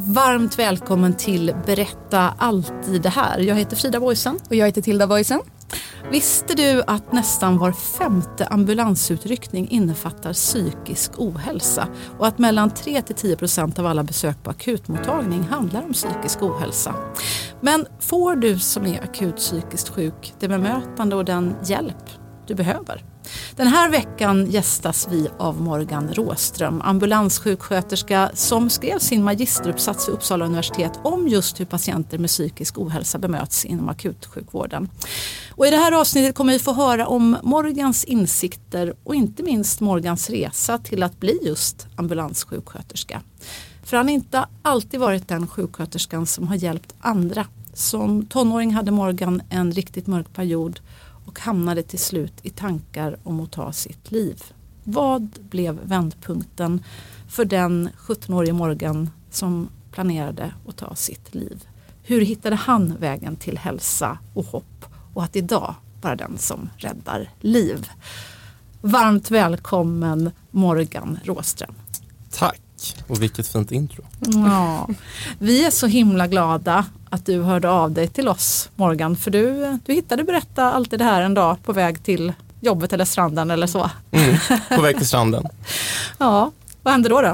Varmt välkommen till Berätta alltid det här. Jag heter Frida Boysen. Och jag heter Tilda Boysen. Visste du att nästan var 5:e ambulansutryckning innefattar psykisk ohälsa och att mellan 3-10% av alla besök på akutmottagning handlar om psykisk ohälsa? Men får du som är akut psykiskt sjuk det bemötande och den hjälp du behöver? Den här veckan gästas vi av Morgan Råström, ambulanssjuksköterska som skrev sin magisteruppsats vid Uppsala universitet om just hur patienter med psykisk ohälsa bemöts inom akutsjukvården. Och i det här avsnittet kommer vi få höra om Morgans insikter och inte minst Morgans resa till att bli just ambulanssjuksköterska. För han har inte alltid varit den sjuksköterskan som har hjälpt andra. Som tonåring hade Morgan en riktigt mörk period och hamnade till slut i tankar om att ta sitt liv. Vad blev vändpunkten för den 17-årige Morgan som planerade att ta sitt liv? Hur hittade han vägen till hälsa och hopp och att idag vara den som räddar liv? Varmt välkommen Morgan Råström. Tack, och vilket fint intro. Ja, vi är så himla glada att du hörde av dig till oss, Morgan, för du hittade Berätta alltid det här en dag på väg till jobbet eller stranden eller så. På väg till stranden. Ja, vad hände då?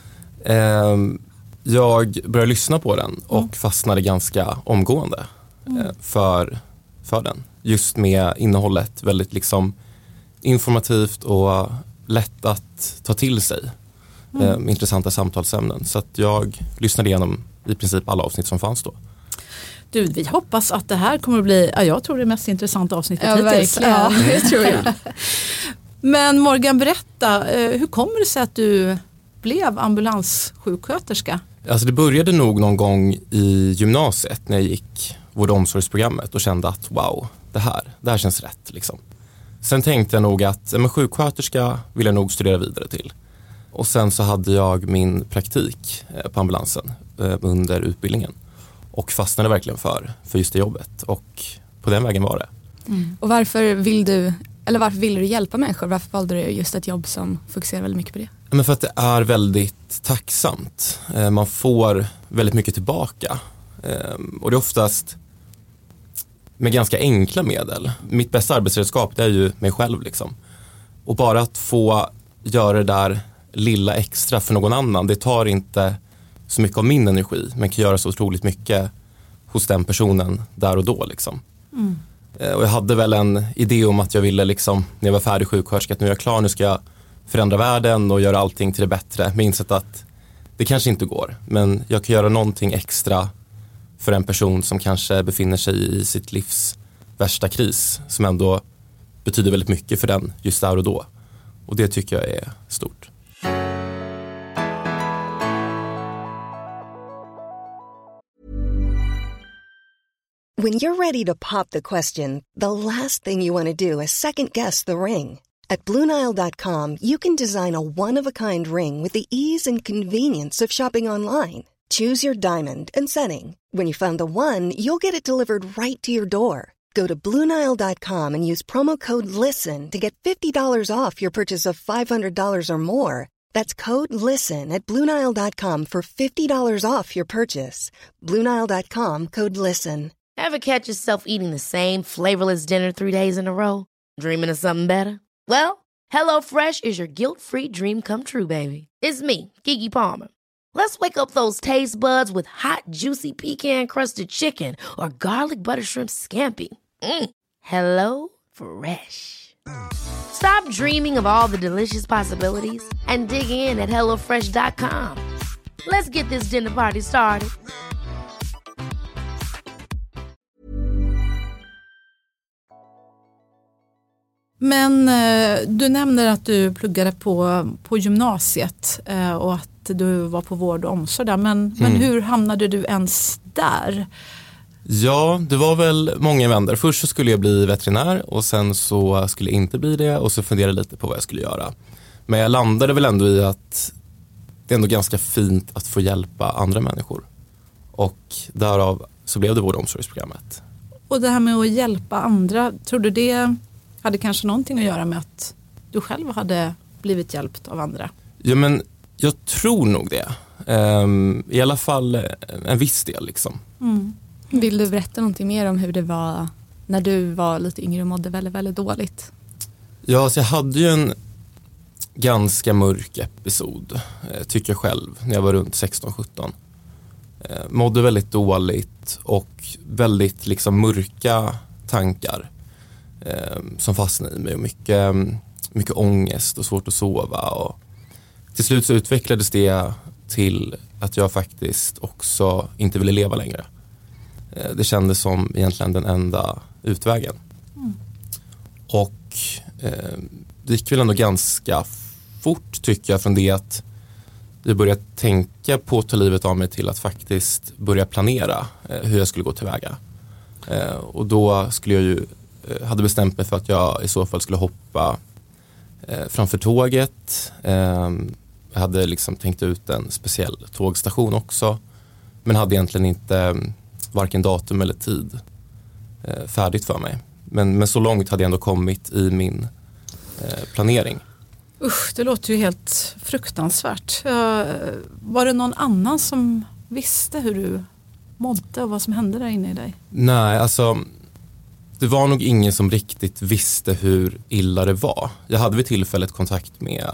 Jag började lyssna på den och fastnade ganska omgående för den. Just med innehållet, väldigt liksom informativt och lätt att ta till sig. Intressanta samtalsämnen. Så att jag lyssnade igenom i princip alla avsnitt som fanns då. Du, vi hoppas att det här kommer att bli, jag tror det mest intressanta avsnittet hittills. Verkligen. Ja, det tror jag. Men Morgan, berätta, hur kommer det sig att du blev ambulanssjuksköterska? Alltså det började nog någon gång i gymnasiet när jag gick vård- och omsorgsprogrammet och kände att wow, det här känns rätt liksom. Sen tänkte jag nog att sjuksköterska vill jag nog studera vidare till. Och sen så hade jag min praktik på ambulansen under utbildningen och fastnade verkligen för just det jobbet, och på den vägen var det. Och varför ville du hjälpa människor? Varför valde du just ett jobb som fokuserar väldigt mycket på det? Men för att det är väldigt tacksamt. Man får väldigt mycket tillbaka. Och det är oftast med ganska enkla medel. Mitt bästa arbetsredskap, det är ju mig själv liksom. Och bara att få göra det där lilla extra för någon annan, det tar inte så mycket av min energi, men kan göra så otroligt mycket hos den personen där och då liksom. Och jag hade väl en idé om att jag ville liksom, när jag var färdig sjuksköterska, att nu är jag klar, nu ska jag förändra världen och göra allting till det bättre. Men insett att det kanske inte går, men jag kan göra någonting extra för en person som kanske befinner sig i sitt livs värsta kris, som ändå betyder väldigt mycket för den just där och då. Och det tycker jag är stort. When you're ready to pop the question, the last thing you want to do is second-guess the ring. At BlueNile.com, you can design a one-of-a-kind ring with the ease and convenience of shopping online. Choose your diamond and setting. When you find the one, you'll get it delivered right to your door. Go to BlueNile.com and use promo code LISTEN to get $50 off your purchase of $500 or more. That's code LISTEN at BlueNile.com for $50 off your purchase. BlueNile.com, code LISTEN. Ever catch yourself eating the same flavorless dinner 3 days in a row? Dreaming of something better? Well, HelloFresh is your guilt-free dream come true, baby. It's me, Keke Palmer. Let's wake up those taste buds with hot, juicy pecan-crusted chicken or garlic butter shrimp scampi. Hello Fresh. Stop dreaming of all the delicious possibilities and dig in at HelloFresh.com. Let's get this dinner party started. Men du nämner att du pluggade på gymnasiet och att du var på vård och omsorg där. Men hur hamnade du ens där? Ja, det var väl många vändor. Först så skulle jag bli veterinär och sen så skulle jag inte bli det, och så funderade lite på vad jag skulle göra. Men jag landade väl ändå i att det är ändå ganska fint att få hjälpa andra människor. Och därav så blev det vård- och omsorgsprogrammet. Och det här med att hjälpa andra, tror du det hade kanske någonting att göra med att du själv hade blivit hjälpt av andra? Ja, men jag tror nog det. I alla fall en viss del liksom. Vill du berätta någonting mer om hur det var när du var lite yngre och mådde väldigt, väldigt dåligt? Ja, så jag hade ju en ganska mörk episod, tycker jag själv, när jag var runt 16-17. Mådde väldigt dåligt och väldigt liksom mörka tankar som fastnade i mig och mycket ångest och svårt att sova. Och till slut så utvecklades det till att jag faktiskt också inte ville leva längre. Det kändes som egentligen den enda utvägen. Och det gick väl ändå ganska fort tycker jag från det att jag började tänka på att ta livet av mig till att faktiskt börja planera hur jag skulle gå tillväga. Och då skulle jag ju hade bestämt mig för att jag i så fall skulle hoppa framför tåget. Jag hade liksom tänkt ut en speciell tågstation också, men hade egentligen inte varken datum eller tid färdigt för mig. Men så långt hade jag ändå kommit i min planering. Usch, det låter ju helt fruktansvärt. Var det någon annan som visste hur du mådde och vad som hände där inne i dig? Nej, alltså det var nog ingen som riktigt visste hur illa det var. Jag hade vid tillfället kontakt med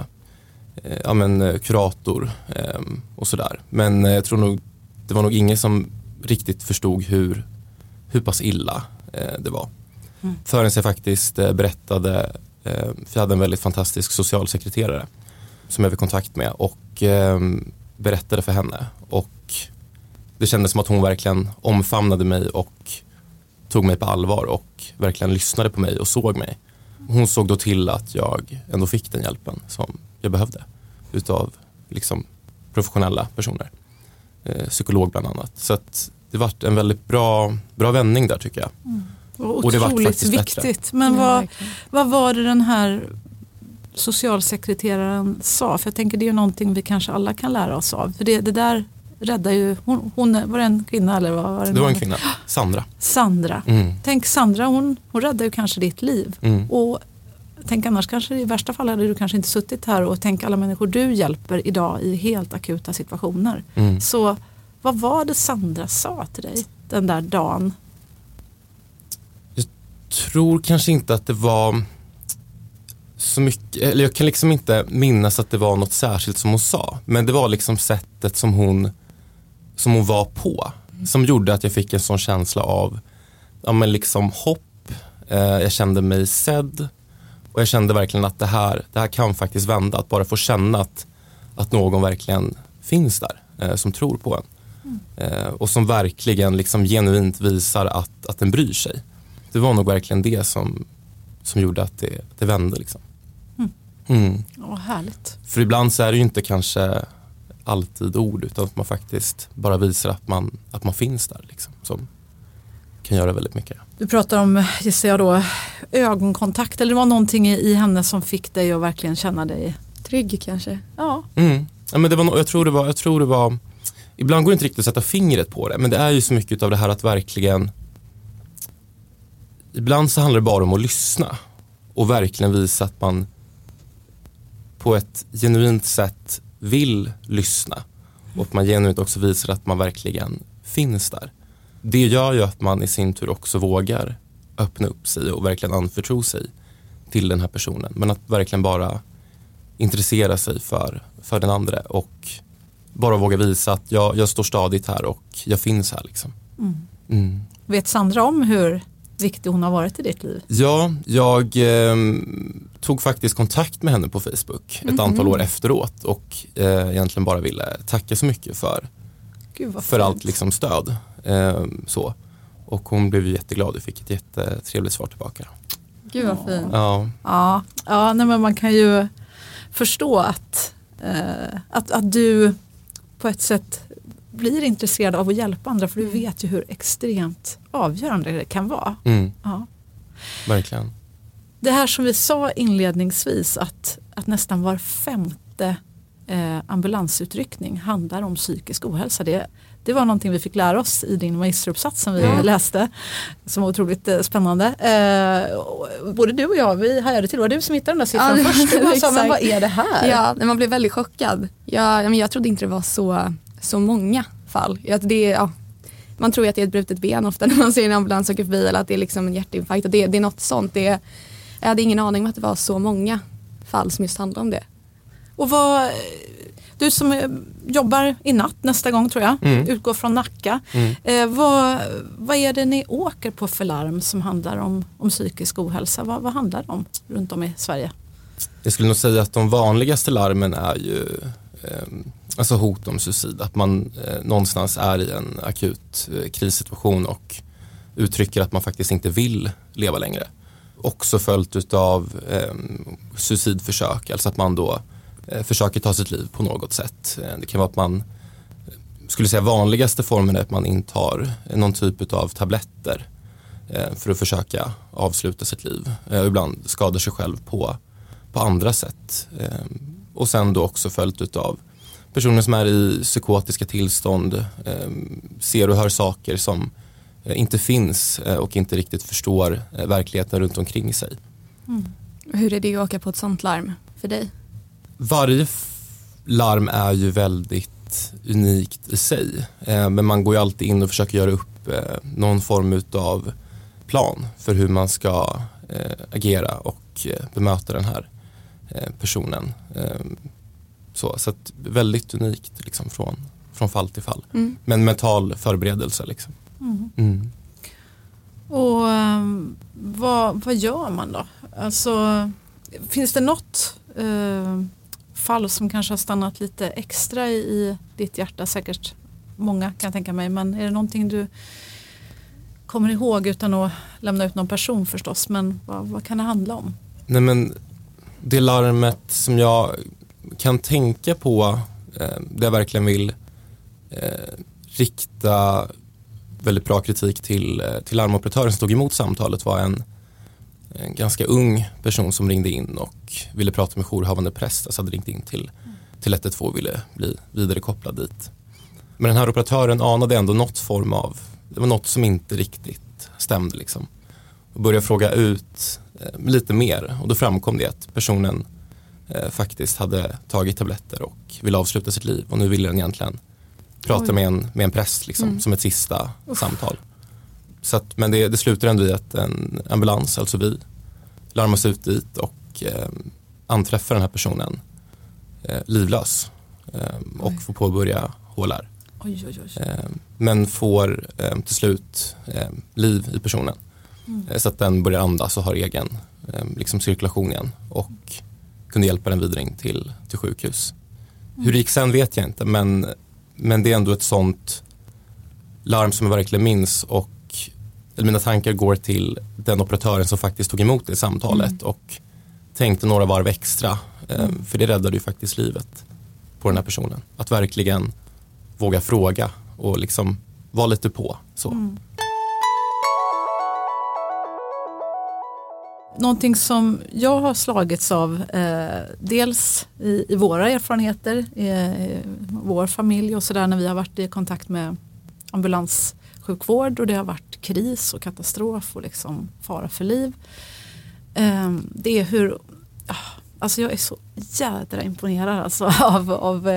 kurator och sådär. Men jag tror nog det var nog ingen som riktigt förstod hur pass illa det var. Förrän jag faktiskt berättade, för jag hade en väldigt fantastisk socialsekreterare som jag var i kontakt med och berättade för henne. Och det kändes som att hon verkligen omfamnade mig och tog mig på allvar och verkligen lyssnade på mig och såg mig. Hon såg då till att jag ändå fick den hjälpen som jag behövde utav liksom professionella personer. Psykolog bland annat. Så att det var en väldigt bra vändning där tycker jag. Och det var faktiskt viktigt. Bättre. Men vad var det den här socialsekreteraren sa? För jag tänker det är ju någonting vi kanske alla kan lära oss av. För det där räddar ju, hon var det en kvinna eller vad var det? Det var en kvinna, Sandra. Tänk Sandra, hon räddar ju kanske ditt liv. Och tänk annars kanske i värsta fall hade du kanske inte suttit här och tänk alla människor du hjälper idag i helt akuta situationer. Så vad var det Sandra sa till dig den där dagen? Jag tror kanske inte att det var så mycket, eller jag kan liksom inte minnas att det var något särskilt som hon sa. Men det var liksom sättet som hon var på som gjorde att jag fick en sån känsla av liksom hopp. Jag kände mig sedd och jag kände verkligen att det här kan faktiskt vända. Att bara få känna att någon verkligen finns där som tror på en. Och som verkligen liksom genuint visar att den bryr sig. Det var nog verkligen det som gjorde att det vände liksom. Härligt. För ibland så är det ju inte kanske alltid ord utan att man faktiskt bara visar att man finns där liksom, som kan göra väldigt mycket. Du pratar om, gissar jag då, ögonkontakt eller det var någonting i henne som fick dig att verkligen känna dig trygg kanske. Ja. Ja men det var jag tror det var ibland går det inte riktigt att sätta fingret på det, men det är ju så mycket av det här att verkligen ibland så handlar det bara om att lyssna och verkligen visa att man på ett genuint sätt vill lyssna och att man genuint också visar att man verkligen finns där. Det gör ju att man i sin tur också vågar öppna upp sig och verkligen anförtro sig till den här personen. Men att verkligen bara intressera sig för den andra och bara våga visa att jag står stadigt här och jag finns här liksom. Vet Sandra om hur viktig hon har varit i ditt liv? Ja, jag tog faktiskt kontakt med henne på Facebook ett antal år efteråt och egentligen bara ville tacka så mycket för allt liksom stöd. Så. Och hon blev ju jätteglad och fick ett jättetrevligt svar tillbaka. Gud vad fint. Ja, nej, men man kan ju förstå att du på ett sätt blir intresserad av att hjälpa andra för du vet ju hur extremt avgörande det kan vara. Ja. Verkligen. Det här som vi sa inledningsvis att nästan var 5:e ambulansutryckning handlar om psykisk ohälsa. Det var någonting vi fick lära oss i din magisteruppsats som vi läste som var otroligt spännande. Både du och jag, vi hajade till. Det var du som hittade den där siffran först. Du sa, men vad är det här? Ja, man blev väldigt chockad. Jag trodde inte det var så många fall. Att det är, man tror att det är ett brutet ben ofta när man ser en ambulans åka förbi, eller att det är liksom en hjärtinfarkt. Och det är något sånt. Jag hade ingen aning om att det var så många fall som just handlar om det. Och du som jobbar i natt nästa gång tror jag, utgår från Nacka. Vad är det ni åker på för larm som handlar om psykisk ohälsa? Vad handlar det om runt om i Sverige? Jag skulle nog säga att de vanligaste larmen är ju alltså hot om suicid. Att man någonstans är i en akut krissituation och uttrycker att man faktiskt inte vill leva längre. Också följt utav suicidförsök, alltså att man då försöker ta sitt liv på något sätt. Det kan vara att man, skulle säga vanligaste formen är att man intar någon typ av tabletter för att försöka avsluta sitt liv. Ibland skadar sig själv på andra sätt. Och sen då också följt utav personer som är i psykotiska tillstånd, ser och hör saker som inte finns och inte riktigt förstår verkligheten runt omkring sig. Hur är det att åka på ett sånt larm för dig? Varje larm är ju väldigt unikt i sig. Men man går ju alltid in och försöker göra upp någon form av plan för hur man ska agera och bemöta den här personen. Så att väldigt unikt liksom från fall till fall. Men mental förberedelse liksom. Och vad gör man då? Alltså, finns det något fall som kanske har stannat lite extra i ditt hjärta? Säkert många kan jag tänka mig. Men är det någonting du kommer ihåg utan att lämna ut någon person förstås? Men vad kan det handla om? Nej, men det larmet som jag kan tänka på, där jag verkligen vill rikta väldigt bra kritik till larmoperatören som tog emot samtalet, var en ganska ung person som ringde in och ville prata med jourhavande präst. Alltså hade ringt in till 112 och ville bli vidare kopplad dit. Men den här operatören anade ändå något form av, det var något som inte riktigt stämde liksom. Och började fråga ut lite mer, och då framkom det att personen faktiskt hade tagit tabletter och ville avsluta sitt liv, och nu ville den egentligen prata med en präst liksom, som ett sista samtal. Så att, men det slutar ändå i att en ambulans, alltså vi, larmas ut dit och anträffar den här personen livlös och får påbörja HLR. Men får till slut liv i personen. Så att den börjar andas och har egen liksom cirkulation igen, och kunde hjälpa den vidare in till sjukhus. Hur det gick sen vet jag inte, men det är ändå ett sånt larm som jag verkligen minns, och mina tankar går till den operatören som faktiskt tog emot det samtalet och tänkte några varv extra, för det räddade ju faktiskt livet på den här personen. Att verkligen våga fråga och liksom vara lite på så. Någonting som jag har slagits av, dels i våra erfarenheter, i vår familj och sådär, när vi har varit i kontakt med ambulanssjukvård och det har varit kris och katastrof och liksom fara för liv. Det är hur, alltså jag är så jädra imponerad alltså av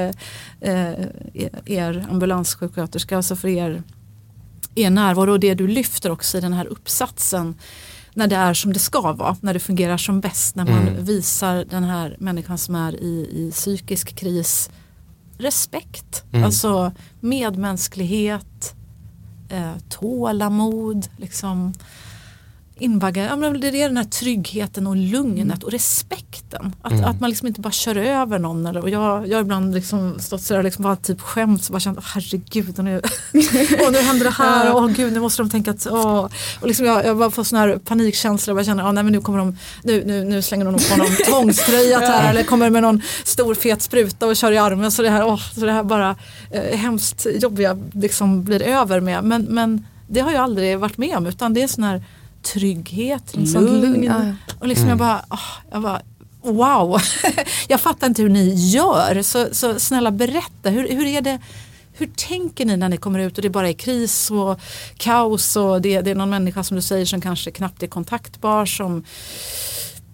er ambulanssjuksköterska, alltså för er närvaro, och det du lyfter också i den här uppsatsen. När det är som det ska vara, när det fungerar som bäst, när man visar den här människan som är i psykisk kris respekt, alltså medmänsklighet, tålamod, liksom invagga, det är den här tryggheten och lugnet och respekten, att man liksom inte bara kör över någon, eller, och jag ibland liksom stått så där liksom bara typ skämt och bara känt, herregud, och nu händer det här, gud, nu måste de tänka att och liksom jag bara får sån här panikkänsla och bara känner, nej men nu kommer de nu slänger de på någon tvångströja här, eller kommer med någon stor fet spruta och kör i armen, så det här bara hemskt jobbiga liksom blir över med, men det har jag aldrig varit med om, utan det är sån här trygghet, lugn. Och liksom jag bara wow. Jag fattar inte hur ni gör. Så snälla berätta, hur är det, hur tänker ni när ni kommer ut och det bara är kris och kaos och det är någon människa som du säger som kanske knappt är kontaktbar, som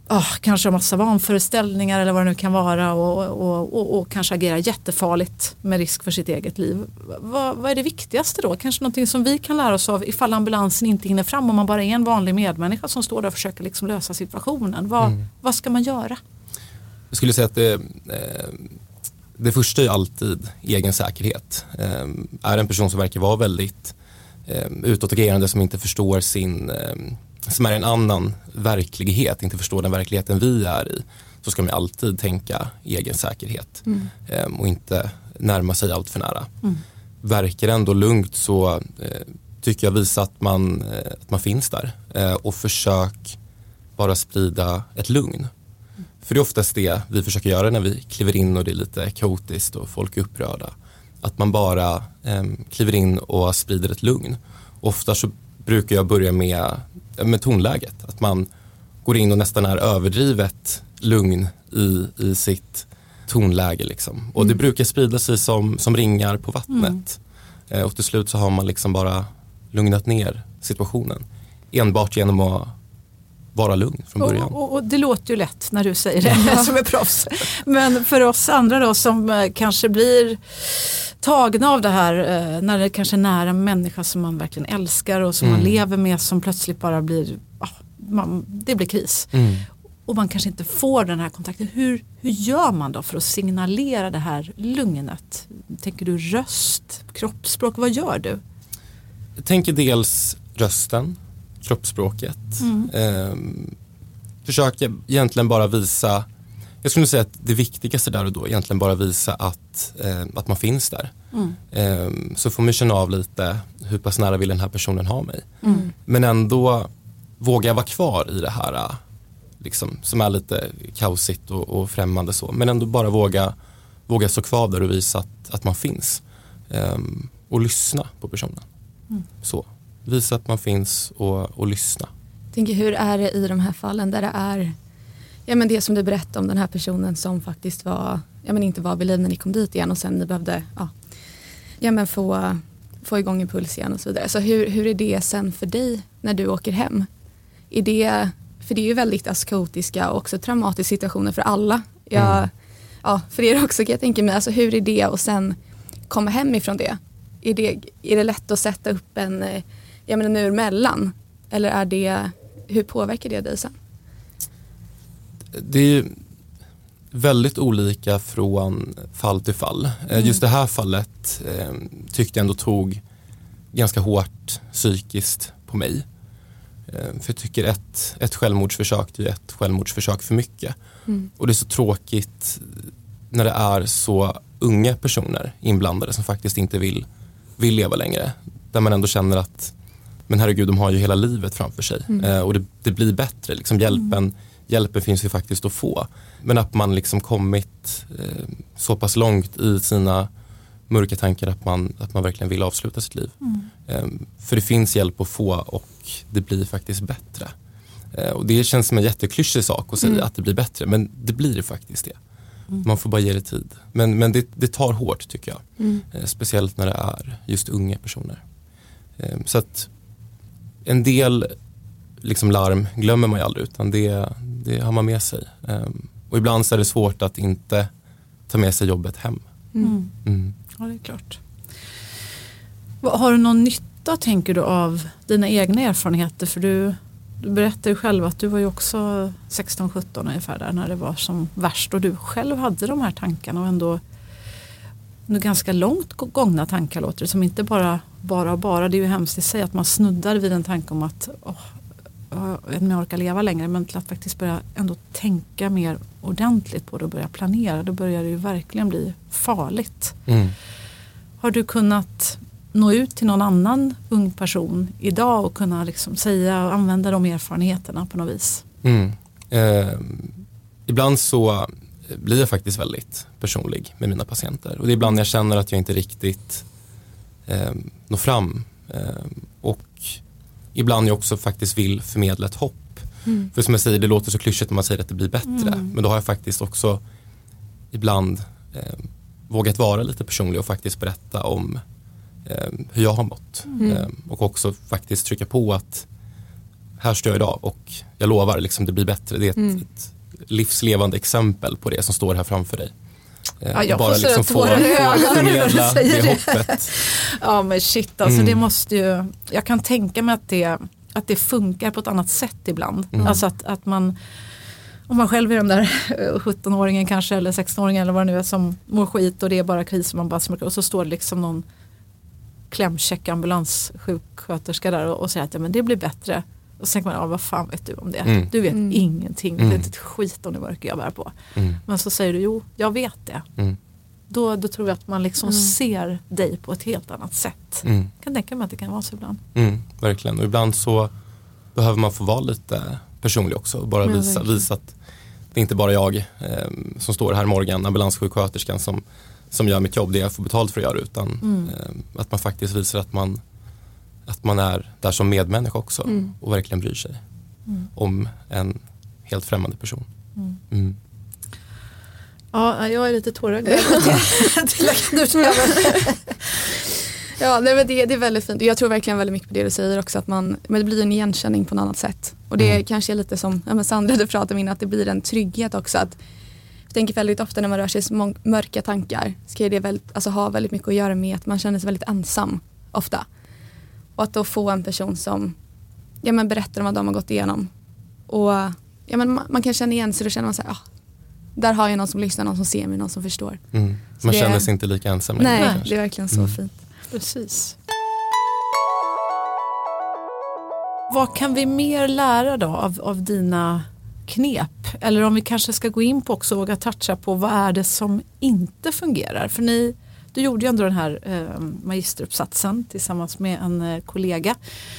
kanske en massa vanföreställningar eller vad det nu kan vara och kanske agera jättefarligt med risk för sitt eget liv. Vad är det viktigaste då? Kanske någonting som vi kan lära oss av ifall ambulansen inte hinner fram och man bara är en vanlig medmänniska som står där och försöker liksom lösa situationen. Vad ska man göra? Jag skulle säga att det första är alltid egen säkerhet. Är en person som verkar vara väldigt utåtagerande, som inte förstår som är en annan verklighet, inte förstår den verkligheten vi är i, så ska man alltid tänka egen säkerhet och inte närma sig allt för nära. Verkar ändå lugnt så tycker jag visa att man finns där och försök bara sprida ett lugn. För det är oftast det vi försöker göra när vi kliver in och det är lite kaotiskt och folk är upprörda. Att man bara kliver in och sprider ett lugn. Ofta så brukar jag börja med tonläget. Att man går in och nästan är överdrivet lugn i sitt tonläge. Liksom. Och det brukar sprida sig som ringar på vattnet. Och till slut så har man liksom bara lugnat ner situationen. Enbart genom att vara lugn från början. Och det låter ju lätt när du säger det som är proffs. Men för oss andra då som kanske blir tagna av det här när det kanske är nära en människa som man verkligen älskar och som man lever med som plötsligt bara blir det blir kris. Och man kanske inte får den här kontakten. Hur gör man då för att signalera det här lugnet? Tänker du röst, kroppsspråk? Vad gör du? Jag tänker dels rösten, kroppsspråket. Försöka egentligen bara visa, jag skulle säga att det viktigaste där och då egentligen bara visa att man finns där. Så får man känna av lite hur pass nära vill den här personen ha mig. Men ändå våga vara kvar i det här liksom, som är lite kaosigt och främmande så. Men ändå bara våga stå kvar där och visa att man finns. Och lyssna på personen. Så. Visa att man finns och lyssna. Jag tänker, hur är det i de här fallen där det är det som du berättade om den här personen som faktiskt var, inte var vid liv när ni kom dit igen och sen ni behövde få igång en puls igen och så vidare. Så hur är det sen för dig när du åker hem? För det är ju väldigt kaotiska och också traumatiska situationer för alla. För er också kan jag tänka mig, alltså hur är det och sen komma hem ifrån det? Är det lätt att sätta upp en mur mellan? Eller hur påverkar det dig sen? Det är väldigt olika från fall till fall. Just det här fallet tyckte jag ändå tog ganska hårt psykiskt på mig. För jag tycker ett självmordsförsök är ett självmordsförsök för mycket. Och det är så tråkigt när det är så unga personer inblandade som faktiskt inte vill leva längre. Där man ändå känner att men herregud, de har ju hela livet framför sig. Och det blir bättre. Liksom, hjälpen finns ju faktiskt att få. Men att man liksom kommit så pass långt i sina mörka tankar att man verkligen vill avsluta sitt liv. För det finns hjälp att få och det blir faktiskt bättre. Och det känns som en jätteklyschig sak att säga att det blir bättre. Men det blir faktiskt det. Man får bara ge det tid. Men det tar hårt tycker jag. Speciellt när det är just unga personer. Så att en del liksom larm glömmer man ju aldrig utan det har man med sig. Och ibland så är det svårt att inte ta med sig jobbet hem. Ja, det är klart. Har du någon nytta, tänker du, av dina egna erfarenheter? För du berättade ju själv att du var ju också 16-17 ungefär där när det var som värst och du själv hade de här tankarna och ändå ganska långt gångna tankar låter det som, inte bara, det är ju hemskt i sig att man snuddar vid en tanke om att jag vet inte om jag orkar leva längre, men till att faktiskt börja ändå tänka mer ordentligt på det och börja planera, då börjar det ju verkligen bli farligt. Har du kunnat nå ut till någon annan ung person idag och kunna liksom säga och använda de erfarenheterna på något vis? Ibland så blir jag faktiskt väldigt personlig med mina patienter. Och det är ibland jag känner att jag inte riktigt når fram. Och ibland jag också faktiskt vill förmedla ett hopp. För som jag säger, det låter så klyschigt när man säger att det blir bättre. Men då har jag faktiskt också ibland vågat vara lite personlig och faktiskt berätta om hur jag har mått. Och också faktiskt trycka på att här står jag idag och jag lovar liksom det blir bättre. Det är ett livslevande exempel på det som står här framför dig. Jag bara får liksom få förmedla det hoppet. Ja men shit, alltså det måste ju, jag kan tänka mig att det funkar på ett annat sätt ibland. Alltså att man, om man själv är den där 17-åringen kanske eller 16-åringen eller vad det nu är som mår skit och det är bara kris och man bara smörker och så står det liksom någon klämkäck ambulanssjuksköterska där och säger att ja, men det blir bättre. Och så tänker man, vad fan vet du om det? Du vet ingenting, du vet ett skit om det mörker jag bär på. Men så säger du, jo, jag vet det. Då tror jag att man liksom ser dig på ett helt annat sätt. Jag kan tänka mig att det kan vara så ibland. Verkligen, och ibland så behöver man få vara lite personlig också. Och bara visa att det är inte bara jag som står här Morgan, ambulanssjuksköterskan som gör mitt jobb, det jag får betalt för att göra, utan att man faktiskt visar att man är där som medmänniska också och verkligen bryr sig om en helt främmande person. Ja, jag är lite tårögd. Ja, det är väldigt fint. Jag tror verkligen väldigt mycket på det du säger också, att men det blir en igenkänning på något annat sätt. Och det kanske är lite som Sandra du pratade om, att det blir en trygghet också. Att jag tänker väldigt ofta när man rör sig i mörka tankar så kan det ha väldigt mycket att göra med att man känner sig väldigt ensam ofta. Och att då få en person som berättar om vad de har gått igenom. Och man kan känna igen sig, då känner man så här, där har jag någon som lyssnar, någon som ser mig, någon som förstår. Man känner sig inte lika ensam. Nej, det är verkligen så fint. Precis. Vad kan vi mer lära då av dina knep? Eller om vi kanske ska gå in på också och våga toucha på vad är det som inte fungerar? För du gjorde ju ändå den här magisteruppsatsen tillsammans med en kollega.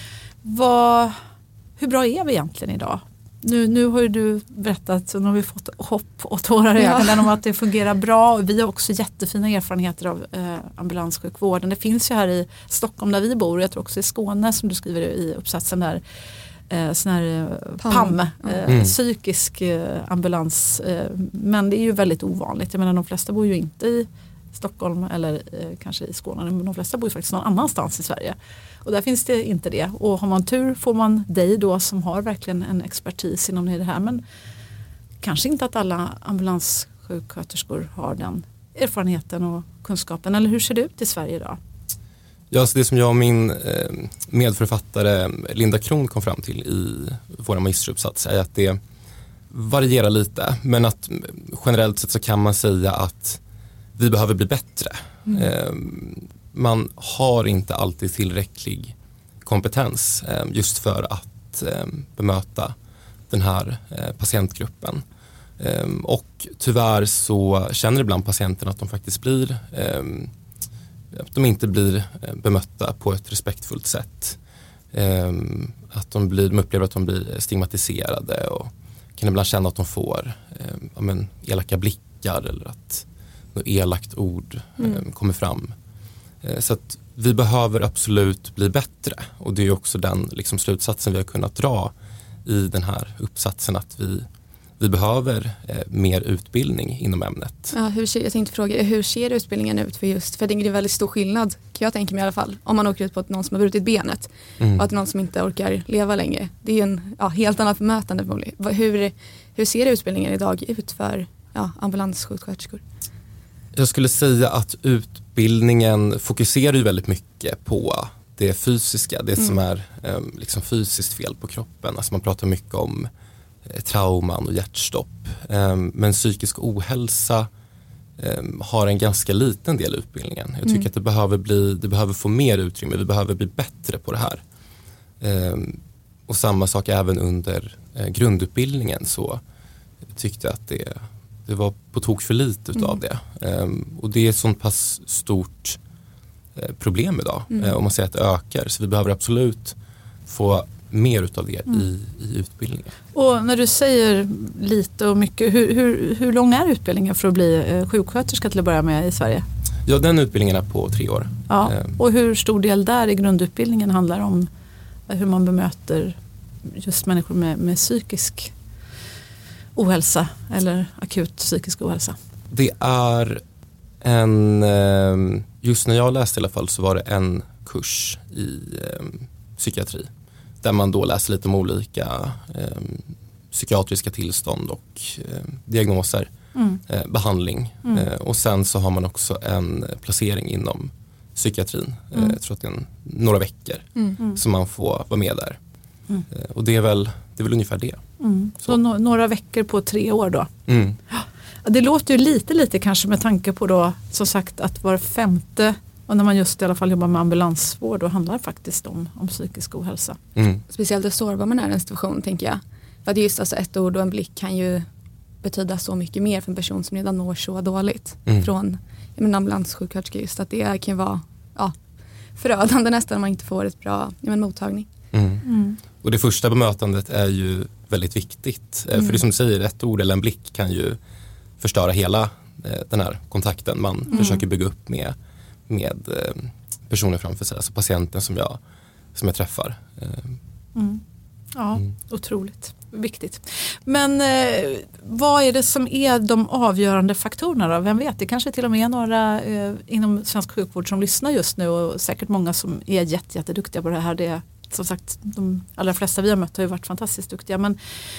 Hur bra är vi egentligen idag? Nu har ju du berättat, så nu har vi fått hopp och tårar i ögonen om att det fungerar bra. Vi har också jättefina erfarenheter av ambulanssjukvården. Det finns ju här i Stockholm där vi bor, jag tror också i Skåne som du skriver i uppsatsen där, sån här PAM, psykisk ambulans. Men det är ju väldigt ovanligt. Jag menar, de flesta bor ju inte i Stockholm eller kanske i Skåne, men de flesta bor ju faktiskt någon annanstans i Sverige. Och där finns det inte det. Och har man tur får man dig då som har verkligen en expertis inom det här. Men kanske inte att alla ambulanssjuksköterskor har den erfarenheten och kunskapen. Eller hur ser det ut i Sverige idag? Ja, så det som jag och min medförfattare Linda Kron kom fram till i våra magisteruppsats är att det varierar lite. Men att generellt sett så kan man säga att vi behöver bli bättre. Man har inte alltid tillräcklig kompetens just för att bemöta den här patientgruppen. Och tyvärr så känner ibland patienterna att de faktiskt de inte blir bemötta på ett respektfullt sätt. Att de upplever att de blir stigmatiserade och kan ibland känna att de får elaka blickar eller att något elakt ord kommer fram. Så att vi behöver absolut bli bättre, och det är också den liksom slutsatsen vi har kunnat dra i den här uppsatsen, att vi behöver mer utbildning inom ämnet. Ja, jag tänkte fråga, hur ser utbildningen ut för jag tänker det är väldigt stor skillnad, kan jag tänka mig i alla fall, om man åker ut på någon som har brutit benet och att någon som inte orkar leva längre. Det är en helt annan bemötande. Hur ser utbildningen idag ut för ambulanssjuksköterskor? Jag skulle säga att utbildningen fokuserar ju väldigt mycket på det fysiska, det som är liksom fysiskt fel på kroppen. Alltså man pratar mycket om trauman och hjärtstopp. Men psykisk ohälsa har en ganska liten del i utbildningen. Jag tycker att det behöver få mer utrymme, vi behöver bli bättre på det här. Och samma sak även under grundutbildningen, så tyckte jag att det var på tok för lite utav det. Och det är ett sånt pass stort problem idag. Om man säger att det ökar. Så vi behöver absolut få mer utav det i utbildningen. Och när du säger lite och mycket, hur lång är utbildningen för att bli sjuksköterska till att börja med i Sverige? Ja, den utbildningen är på 3 år. Ja. Och hur stor del där i grundutbildningen handlar om hur man bemöter just människor med psykisk ohälsa eller akut psykisk ohälsa? Det är just när jag läste i alla fall så var det en kurs i psykiatri där man då läser lite om olika psykiatriska tillstånd och diagnoser, behandling. Och sen så har man också en placering inom psykiatrin. Jag tror att det är några veckor som man får vara med där. Och det är väl ungefär det. Så några veckor på 3 år då? Det låter ju lite kanske med tanke på då, som sagt, att var 5:e, och när man just i alla fall jobbar med ambulansvård, då handlar det faktiskt om psykisk ohälsa. Speciellt hur sårbar man är i en situation, tänker jag. För att just alltså, ett ord och en blick kan ju betyda så mycket mer för en person som redan mår så dåligt från ambulanssjuksköterska, just att det kan vara förödande nästan om man inte får ett bra mottagning. Och det första bemötandet är ju väldigt viktigt. För det som du säger, ett ord eller en blick kan ju förstöra hela den här kontakten man försöker bygga upp med personen framför sig, alltså patienten som jag träffar. Ja, otroligt viktigt. Men vad är det som är de avgörande faktorerna då? Vem vet, det kanske till och med är några inom svensk sjukvård som lyssnar just nu, och säkert många som är jätteduktiga på det här. Det är, som sagt, de allra flesta vi har mött har ju varit fantastiskt duktiga. Men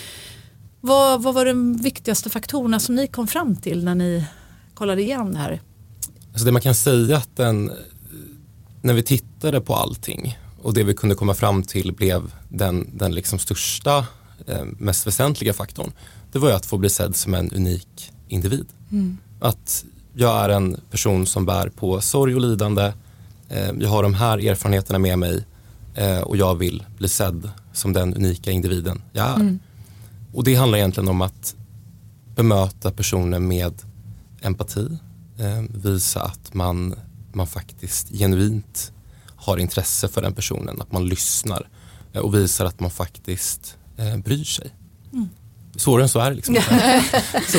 vad var de viktigaste faktorerna som ni kom fram till när ni kollade igenom det här? Alltså det man kan säga att när vi tittade på allting och det vi kunde komma fram till blev den liksom största, mest väsentliga faktorn, det var ju att få bli sedd som en unik individ. Att jag är en person som bär på sorg och lidande, jag har de här erfarenheterna med mig och jag vill bli sedd som den unika individen jag är. Och det handlar egentligen om att bemöta personer med empati, visa att man faktiskt genuint har intresse för den personen, att man lyssnar och visar att man faktiskt bryr sig. Svårare än så är det liksom. Så.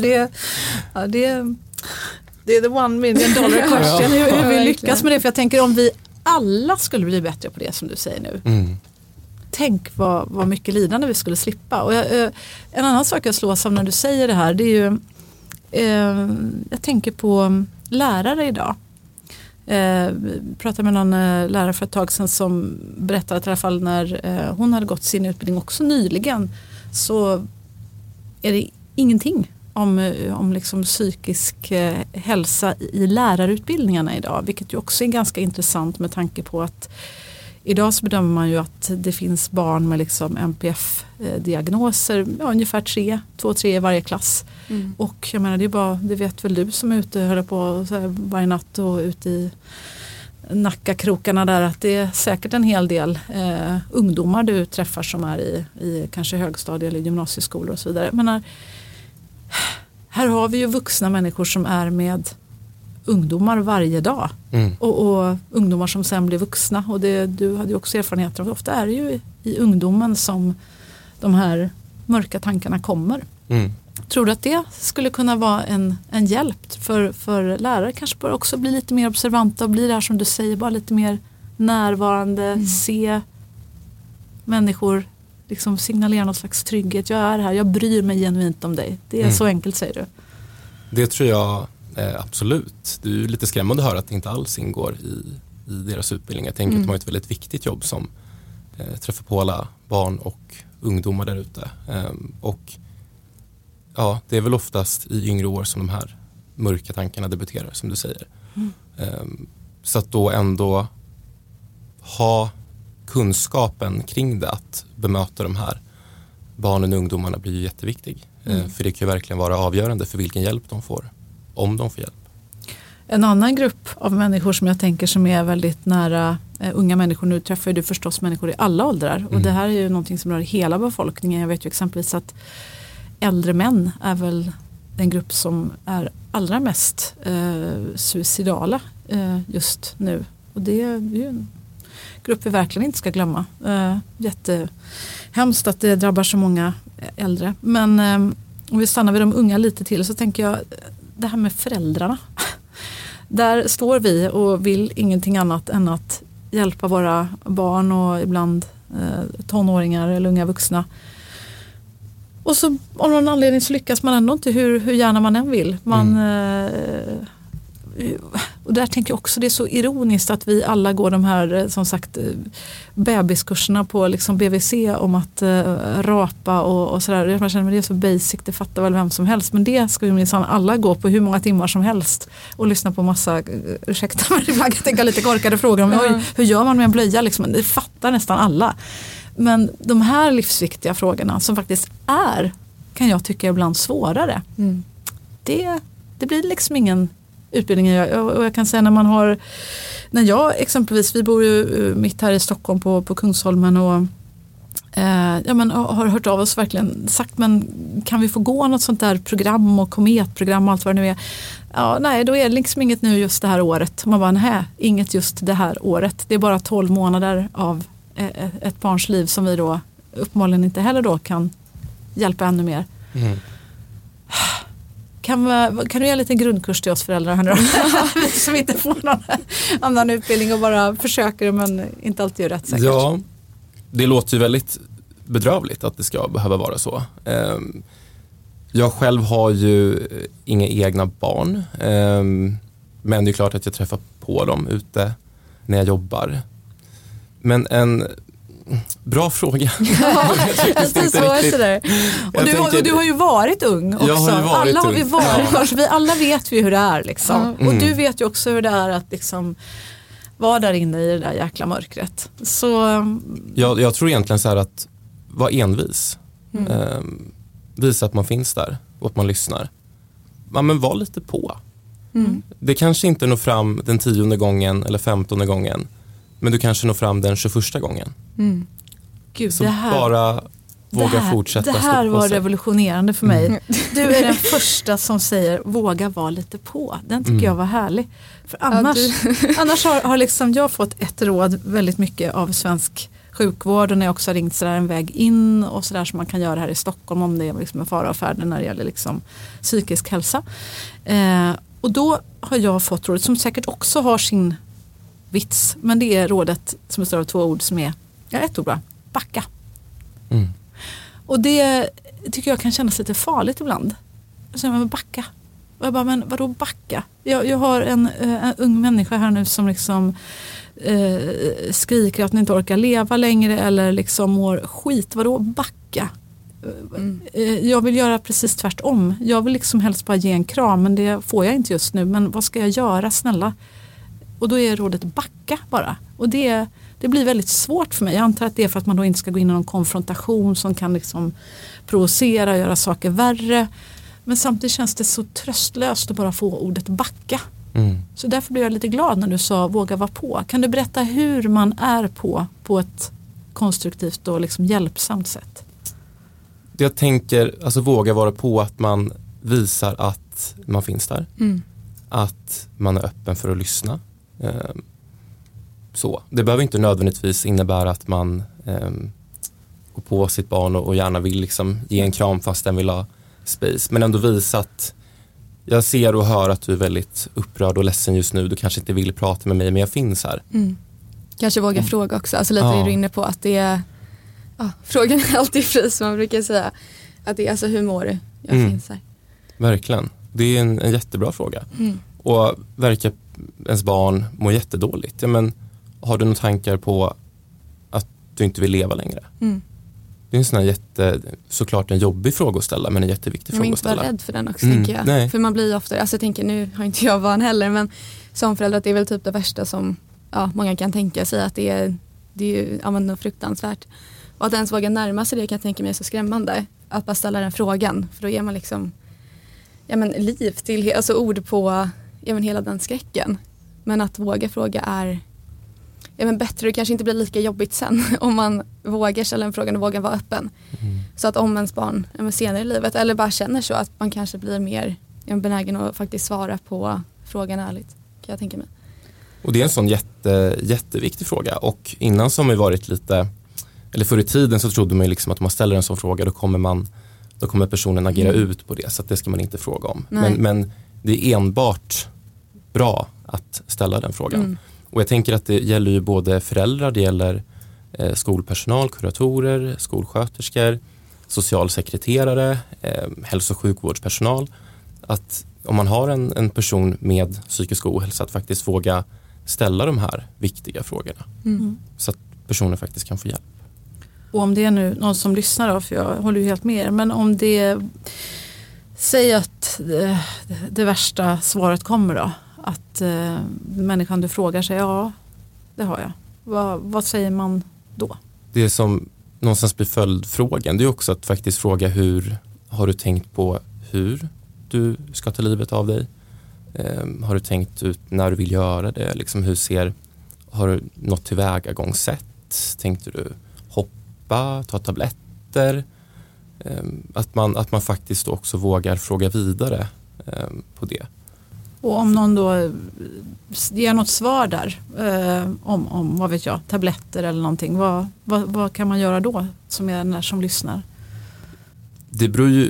Det är the $1 million question, hur vi lyckas med det. För jag tänker, om vi alla skulle bli bättre på det som du säger nu. Tänk vad mycket lidande vi skulle slippa. Och en annan sak jag slås av när du säger det här, det är ju jag tänker på lärare idag. Pratade med någon lärare för ett tag sedan som berättade att i alla fall när hon hade gått sin utbildning också nyligen, så är det ingenting om liksom psykisk hälsa i lärarutbildningarna idag, vilket ju också är ganska intressant med tanke på att idag så bedömer man ju att det finns barn med liksom NPF-diagnoser, ungefär 2-3 i varje klass. Och jag menar, det är bara, det vet väl du som är ute och håller på så här varje natt och ute i Nackakrokarna där, att det är säkert en hel del ungdomar du träffar som är i kanske högstadie eller gymnasieskolor och så vidare. Men här har vi ju vuxna människor som är med ungdomar varje dag och ungdomar som sen blir vuxna, och du hade ju också erfarenheter av, ofta är det ju i ungdomen som de här mörka tankarna kommer. Tror du att det skulle kunna vara en hjälp för lärare, kanske bara också bli lite mer observanta och bli där som du säger, bara lite mer närvarande, se människor, liksom signalera någon slags trygghet, jag är här, jag bryr mig genuint om dig, det är så enkelt, säger du. Det tror jag absolut. Det är ju lite skrämmande att höra att det inte alls ingår i deras utbildning. Jag tänker att de har ett väldigt viktigt jobb som träffar på alla barn och ungdomar där ute. Och ja, det är väl oftast i yngre år som de här mörka tankarna debuterar, som du säger. Så att då ändå ha kunskapen kring det, att bemöta de här barnen och ungdomarna, blir ju jätteviktig. För det kan ju verkligen vara avgörande för vilken hjälp de får, om de får hjälp. En annan grupp av människor som jag tänker som är väldigt nära unga människor, nu träffar du förstås människor i alla åldrar, och det här är ju någonting som rör hela befolkningen. Jag vet ju exempelvis att äldre män är väl den grupp som är allra mest suicidala just nu, och det är ju en grupp vi verkligen inte ska glömma. Jättehemskt att det drabbar så många äldre, men om vi stannar vid de unga lite till, så tänker jag det här med föräldrarna. Där står vi och vill ingenting annat än att hjälpa våra barn och ibland tonåringar eller unga vuxna. Och så av någon anledning så lyckas man ändå inte, hur gärna man än vill. Och där tänker jag också det är så ironiskt att vi alla går de här som sagt bebiskurserna på liksom BVC om att rapa och sådär. Jag känner att det är så basic, det fattar väl vem som helst. Men det ska ju minsann alla gå på hur många timmar som helst och lyssna på massa, ursäkta men ibland kan jag tänka lite korkade frågor om hur gör man med en blöja liksom. Det fattar nästan alla. Men de här livsviktiga frågorna som faktiskt är, kan jag tycka ibland svårare. Det blir liksom ingen utbildning. Och jag kan säga när jag exempelvis, vi bor ju mitt här i Stockholm på Kungsholmen och har hört av oss verkligen sagt, men kan vi få gå något sånt där program och kometprogram och allt vad det nu är. Ja, nej, då är det liksom inget nu just det här året. Man bara, nej, inget just det här året. Det är bara 12 månader av ett barns liv som vi då uppenbarligen inte heller då kan hjälpa ännu mer. Kan du ge en liten grundkurs till oss föräldrar här nu då? Som inte får någon annan utbildning och bara försöker men inte alltid gör rätt säkert. Ja, det låter ju väldigt bedrövligt att det ska behöva vara så. Jag själv har ju inga egna barn. Men det är klart att jag träffar på dem ute när jag jobbar. Men en bra fråga. Och du har ju varit ung också. Jag har ju varit alla ung. Har vi varit. Vi alla vet vi hur det är liksom. Och du vet ju också hur det är att liksom vara där inne i det där jäkla mörkret. Så jag tror egentligen så här att vara envis. Visa att man finns där och att man lyssnar. Ja, men var lite på. Det kanske inte når fram den 10:e gången eller 15:e gången. Men du kanske når fram den 21:a gången. Gud, så bara våga fortsätta. Det här var revolutionerande för mig. Du är den första som säger våga vara lite på. Den tycker jag var härlig. För annars har liksom jag fått ett råd väldigt mycket av svensk sjukvård och när jag också har ringt sådär en väg in och sådär som man kan göra här i Stockholm om det är liksom en fara och färden när det gäller liksom psykisk hälsa. Och då har jag fått rådet som säkert också har sin vits, men det är rådet som består av 2 ord som är, ett ord bara, backa. Och det tycker jag kan kännas lite farligt ibland. Så jag backa. Och jag bara, men vadå backa? Jag har en ung människa här nu som liksom skriker att den inte orkar leva längre eller liksom mår skit. Vadå backa? Jag vill göra precis tvärtom. Jag vill liksom helst bara ge en kram, men det får jag inte just nu. Men vad ska jag göra, snälla? Och då är rådet backa bara. Och det blir väldigt svårt för mig. Jag antar att det är för att man då inte ska gå in i någon konfrontation som kan liksom provocera och göra saker värre. Men samtidigt känns det så tröstlöst att bara få ordet backa. Så därför blev jag lite glad när du sa våga vara på. Kan du berätta hur man är på ett konstruktivt och liksom hjälpsamt sätt? Jag tänker, alltså våga vara på att man visar att man finns där. Att man är öppen för att lyssna. Så. Det behöver inte nödvändigtvis innebära att man går på sitt barn och gärna vill liksom ge en kram fast den vill ha space. Men ändå visa att jag ser och hör att du är väldigt upprörd och ledsen just nu. Du kanske inte vill prata med mig, men jag finns här. Kanske våga fråga också. Alltså lite är du inne på att det är frågan är alltid fri som man brukar säga. Att det är alltså hur mår du? Jag finns här. Verkligen. Det är en jättebra fråga. Och verkar ens barn mår jättedåligt. Ja, men har du några tankar på att du inte vill leva längre? Det är en sån här såklart en jobbig fråga att ställa, men en jätteviktig fråga att ställa. Men inte vara rädd för den också, tänker jag. Nej. För man blir ofta, alltså jag tänker, nu har inte jag barn heller, men som förälder att det är väl typ det värsta som många kan tänka sig, att det är ju fruktansvärt. Och att ens våga närma sig det kan jag tänka mig är så skrämmande. Att bara ställa den frågan, för då ger man liksom liv till, alltså ord på hela den skräcken. Men att våga fråga är bättre, det kanske inte blir lika jobbigt sen om man vågar ställa en fråga och vågar vara öppen. Så att om ens barn senare i livet eller bara känner så att man kanske blir mer benägen att faktiskt svara på frågan ärligt, kan jag tänka mig. Och det är en sån jätteviktig fråga, och innan som har varit lite, eller förr i tiden så trodde man ju liksom att om man ställer en sån fråga då kommer personen agera ut på det, så att det ska man inte fråga om. Men det är enbart bra att ställa den frågan. Och jag tänker att det gäller ju både föräldrar, det gäller skolpersonal, kuratorer, skolsköterskor, socialsekreterare, hälso- och sjukvårdspersonal. Att om man har en person med psykisk ohälsa att faktiskt våga ställa de här viktiga frågorna. Så att personen faktiskt kan få hjälp. Och om det är nu någon som lyssnar då, för jag håller ju helt med er, men om det säger att det värsta svaret kommer då, att människan du frågar sig, ja det har jag. Vad säger man då? Det som någonstans blir följdfrågan, det är också att faktiskt fråga hur har du tänkt på hur du ska ta livet av dig? Har du tänkt ut när du vill göra det? Liksom har du något tillvägagångssätt? Tänkte du hoppa, ta tabletter? Att man faktiskt också vågar fråga vidare på det. Och om någon då ger något svar där om vad vet jag, tabletter eller någonting, vad kan man göra då som är den som lyssnar? Det beror ju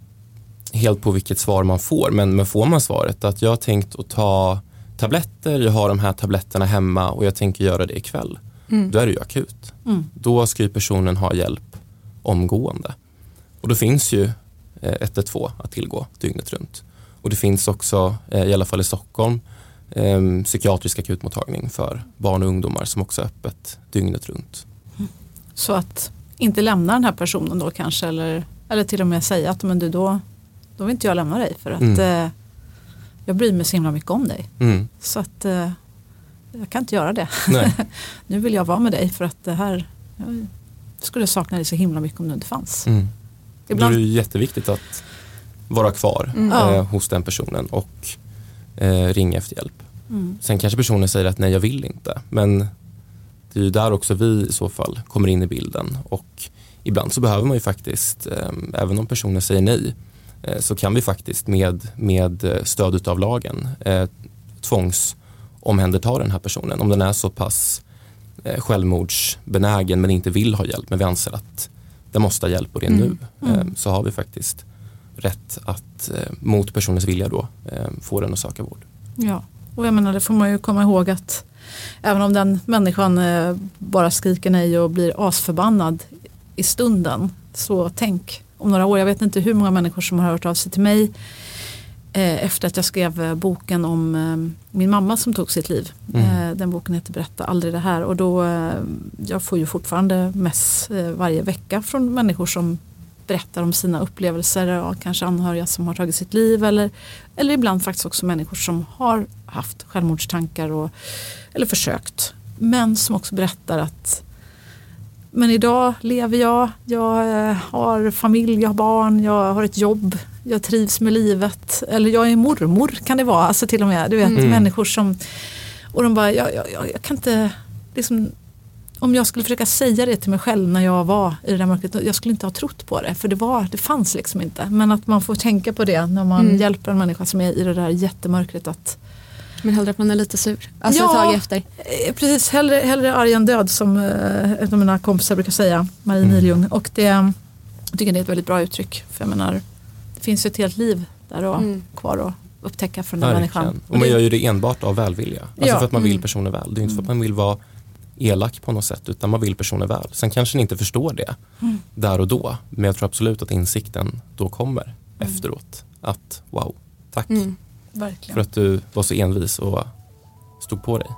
helt på vilket svar man får, men får man svaret att jag har tänkt att ta tabletter, jag har de här tabletterna hemma och jag tänker göra det ikväll, då är det ju akut. Då ska ju personen ha hjälp omgående. Och då finns ju 112 att tillgå dygnet runt. Och det finns också, i alla fall i Stockholm, psykiatrisk akutmottagning för barn och ungdomar som också är öppet dygnet runt. Så att inte lämna den här personen då kanske, eller till och med säga att men du, då vill inte jag lämna dig för att jag bryr mig så himla mycket om dig. Så att jag kan inte göra det. Nu vill jag vara med dig för att det här, jag skulle sakna dig så himla mycket om du inte fanns. Ibland... Då är det jätteviktigt att vara kvar hos den personen och ringa efter hjälp. Sen kanske personen säger att nej, jag vill inte. Men det är ju där också vi i så fall kommer in i bilden. Och ibland så behöver man ju faktiskt, även om personen säger nej, så kan vi faktiskt med stöd utav lagen tvångsomhänderta den här personen. Om den är så pass självmordsbenägen men inte vill ha hjälp, men vi anser att den måste ha hjälp och det nu, så har vi faktiskt rätt att mot personens vilja då få den att söka vård. Ja, och jag menar det får man ju komma ihåg att även om den människan bara skriker nej och blir asförbannad i stunden, så tänk om några år, jag vet inte hur många människor som har hört av sig till mig efter att jag skrev boken om min mamma som tog sitt liv. Den boken heter Berätta aldrig det här, och då jag får ju fortfarande mess varje vecka från människor som berättar om sina upplevelser och kanske anhöriga som har tagit sitt liv eller ibland faktiskt också människor som har haft självmordstankar eller försökt, men som också berättar att men idag lever jag har familj, jag har barn, jag har ett jobb, jag trivs med livet, eller jag är mormor kan det vara, alltså till och med, du vet, människor som, och de bara, jag kan inte liksom, om jag skulle försöka säga det till mig själv när jag var i det där mörkret, jag skulle inte ha trott på det, för det fanns liksom inte, men att man får tänka på det när man hjälper en människa som är i det där jättemörkret, att men hellre att man är lite sur. Alltså ett tag efter. Precis. Hellre arg än död, som en av mina kompisar brukar säga, Marie Niljung. Och jag tycker det är ett väldigt bra uttryck. För jag menar, det finns ju ett helt liv där och kvar att upptäcka från den människan. Och man gör ju det enbart av välvilja. Alltså för att man vill personen väl. Det är inte för att man vill vara elak på något sätt, utan man vill personen väl. Sen kanske ni inte förstår det där och då. Men jag tror absolut att insikten då kommer efteråt. Att wow, tack. Verkligen. För att du var så envis och stod på dig.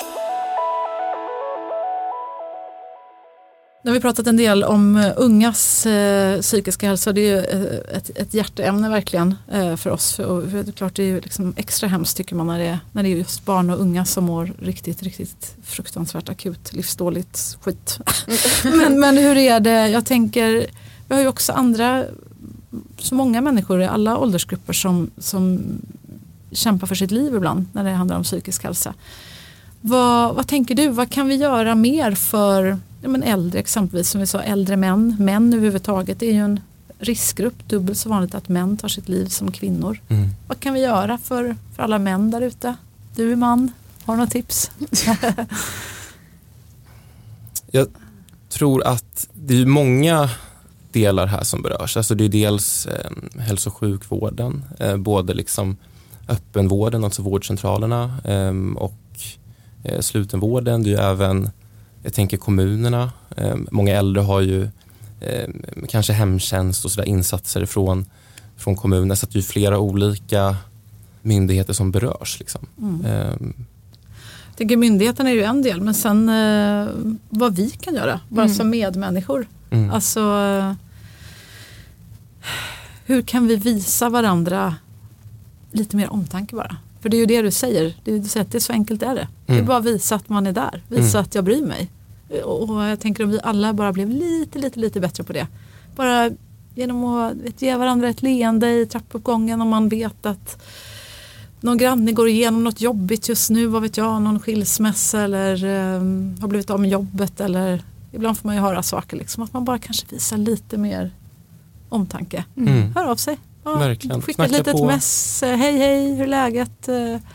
Nu har vi pratat en del om ungas psykiska hälsa. Det är ju ett hjärteämne verkligen för oss. Och det är klart, det är ju liksom extra hemskt tycker man när det är just barn och unga som mår riktigt, riktigt fruktansvärt akut, livsdåligt skit. men hur är det? Jag tänker, vi har ju också så många människor i alla åldersgrupper som kämpar för sitt liv ibland när det handlar om psykisk hälsa. Vad tänker du? Vad kan vi göra mer för äldre, exempelvis som vi sa, äldre män överhuvudtaget? Det är ju en riskgrupp, dubbelt så vanligt att män tar sitt liv som kvinnor. Vad kan vi göra för alla män där ute? Du är man, har du några tips? Jag tror att det är många delar här som berörs. Alltså det är dels hälso- och sjukvården, både liksom öppenvården, alltså vårdcentralerna, och slutenvården. Det är ju även, jag tänker kommunerna. Många äldre har ju kanske hemtjänst och sådär, insatser från kommunen. Så att det är flera olika myndigheter som berörs. Liksom. Jag tycker myndigheten är ju en del, men sen vad vi kan göra, bara som medmänniskor. Alltså, hur kan vi visa varandra lite mer omtanke bara? För det är ju det du säger. Du säger att det är så enkelt är det. Det är bara att visa att man är där. Visa att jag bryr mig. Och jag tänker om vi alla bara blev lite bättre på det. Bara genom att ge varandra ett leende i trappuppgången om man vet att någon granne går igenom något jobbigt just nu, vad vet jag, någon skilsmässa eller har blivit av med jobbet, eller ibland får man ju höra saker liksom, att man bara kanske visar lite mer omtanke. Hör av sig. Ja, verkligen. Skicka ett litet mess, hej, hur är läget?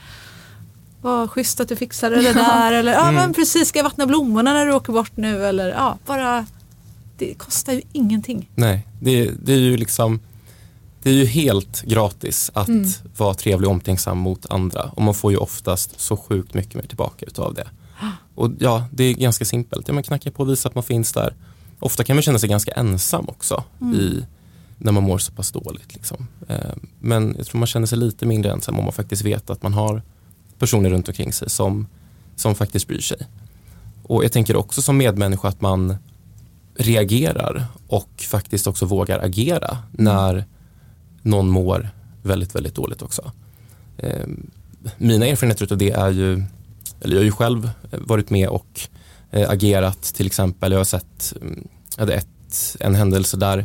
Vad schysst att du fixade det där, eller men precis, ska jag vattna blommorna när du åker bort nu, eller bara, det kostar ju ingenting. Nej, det är ju liksom, det är ju helt gratis att vara trevlig och omtänksam mot andra, och man får ju oftast så sjukt mycket mer tillbaka utav det. Och ja, det är ganska simpelt. Man knackar på och visar att man finns där. Ofta kan man känna sig ganska ensam också när man mår så pass dåligt. Liksom. Men jag tror man känner sig lite mindre ensam om man faktiskt vet att man har personer runt omkring sig som faktiskt bryr sig. Och jag tänker också som medmänniska att man reagerar och faktiskt också vågar agera när någon mår väldigt, väldigt dåligt också. Mina erfarenheter av det är ju, eller jag har ju själv varit med och agerat, till exempel. Jag har sett, jag hade en händelse där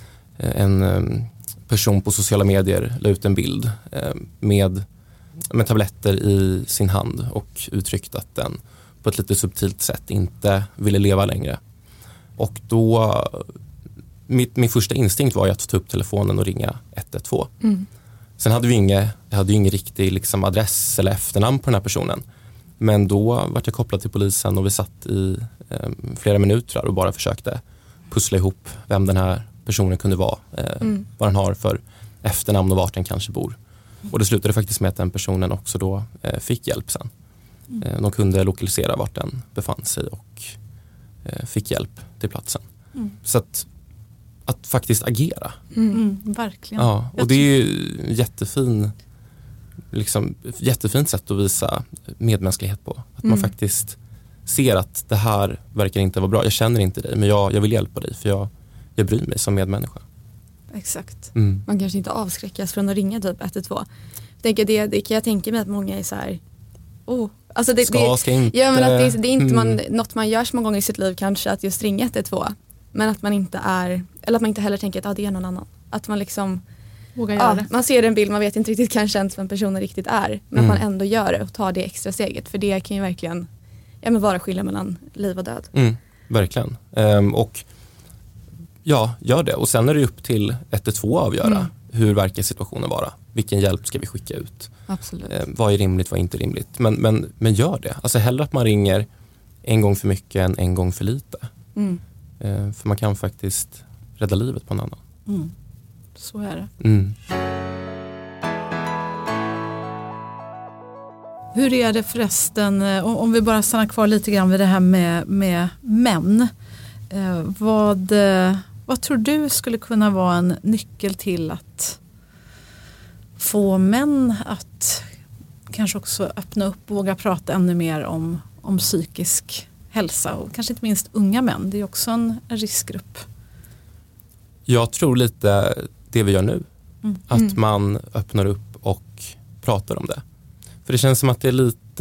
en person på sociala medier la ut en bild med tabletter i sin hand och uttryckt att den på ett lite subtilt sätt inte ville leva längre. Och då min första instinkt var att ta upp telefonen och ringa 112. Sen hade jag hade ju ingen riktig liksom adress eller efternamn på den här personen. Men då var jag kopplad till polisen och vi satt i flera minuter och bara försökte pussla ihop vem den här personen kunde vara, vad den har för efternamn och vart den kanske bor. Och det slutade faktiskt med att den personen också då fick hjälp sen. De kunde lokalisera vart den befann sig och fick hjälp till platsen. Så att faktiskt agera. Verkligen. Ja, och det är ju jättefint sätt att visa medmänsklighet på. Att man faktiskt ser att det här verkar inte vara bra. Jag känner inte dig, men jag vill hjälpa dig för jag bryr mig som medmänniska. Exakt. Man kanske inte avskräckas från att ringa typ 112. Det kan jag tänka mig att många är så här. Alltså ska inte. Ja, men att det är inte något man gör så många gånger i sitt liv kanske, att just ringa 112. Men att man inte är, eller att man inte heller tänker att det är någon annan. Att man liksom vågar göra det. Man ser en bild, man vet inte riktigt kanske ens vem personen riktigt är. Men att man ändå gör det och tar det extra steget. För det kan ju verkligen vara skillnad mellan liv och död. Verkligen. Och ja, gör det. Och sen är det upp till 112 att avgöra hur verkar situationen vara. Vilken hjälp ska vi skicka ut? Absolut. Vad är rimligt, vad är inte rimligt? Men gör det. Alltså hellre att man ringer en gång för mycket än en gång för lite. För man kan faktiskt rädda livet på en annan. Så är det. Hur är det förresten, om vi bara stannar kvar lite grann vid det här med män. Vad tror du skulle kunna vara en nyckel till att få män att kanske också öppna upp och våga prata ännu mer om psykisk hälsa, och kanske inte minst unga män? Det är också en riskgrupp. Jag tror lite det vi gör nu. Att man öppnar upp och pratar om det. För det känns som att det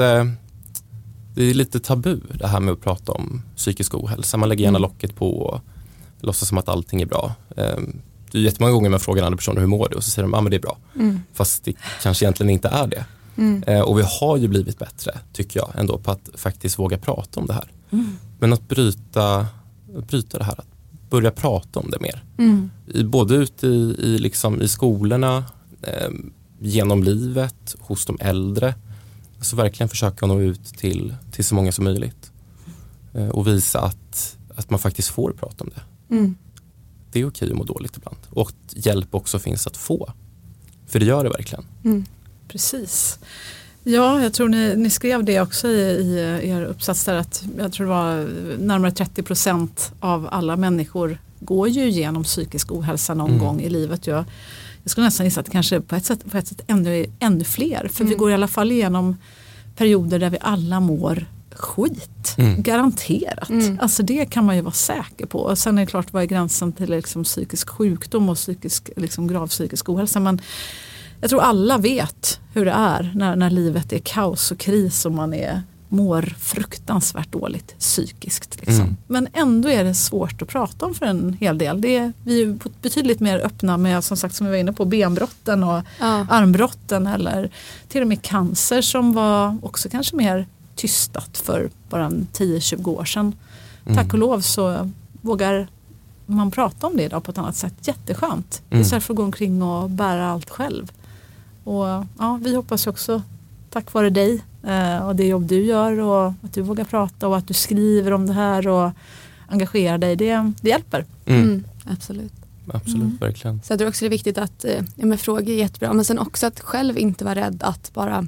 är lite tabu det här med att prata om psykisk ohälsa. Man lägger gärna locket på och låtsas som att allting är bra. Det är jättemånga gånger man frågar andra personer hur mår du, och så säger de men det är bra. Fast det kanske egentligen inte är det. Och vi har ju blivit bättre, tycker jag, ändå på att faktiskt våga prata om det här. Men att bryta det här, att börja prata om det mer. Både ute i skolorna, genom livet, hos de äldre. Så verkligen försöka nå ut till så många som möjligt. Och visa att man faktiskt får prata om det. Det är okej att må dåligt ibland. Och hjälp också finns att få. För det gör det verkligen. Precis. Ja, jag tror ni skrev det också i er uppsats där, att jag tror det var närmare 30% av alla människor går ju igenom psykisk ohälsa någon gång i livet. jag skulle nästan gissa att det kanske på ett sätt ännu fler. För vi går i alla fall igenom perioder där vi alla mår skit. Garanterat. Alltså det kan man ju vara säker på. Och sen är det klart, vad är gränsen till liksom psykisk sjukdom och grav psykisk ohälsa. Men jag tror alla vet hur det är när livet är kaos och kris och man mår fruktansvärt dåligt psykiskt. Liksom. Men ändå är det svårt att prata om för en hel del. Vi är ju betydligt mer öppna med, som sagt, som vi var inne på, benbrotten och armbrotten eller till och med cancer som var också kanske mer tystat för bara 10-20 år sedan. Tack och lov så vågar man prata om det idag på ett annat sätt. Jätteskönt. Istället för att gå omkring och bära allt själv. Och ja, vi hoppas också, tack vare dig och det jobb du gör och att du vågar prata och att du skriver om det här och engagerar dig, det hjälper. Absolut. Absolut, verkligen. Så jag tror också det är viktigt att frågor är jättebra, men sen också att själv inte vara rädd att bara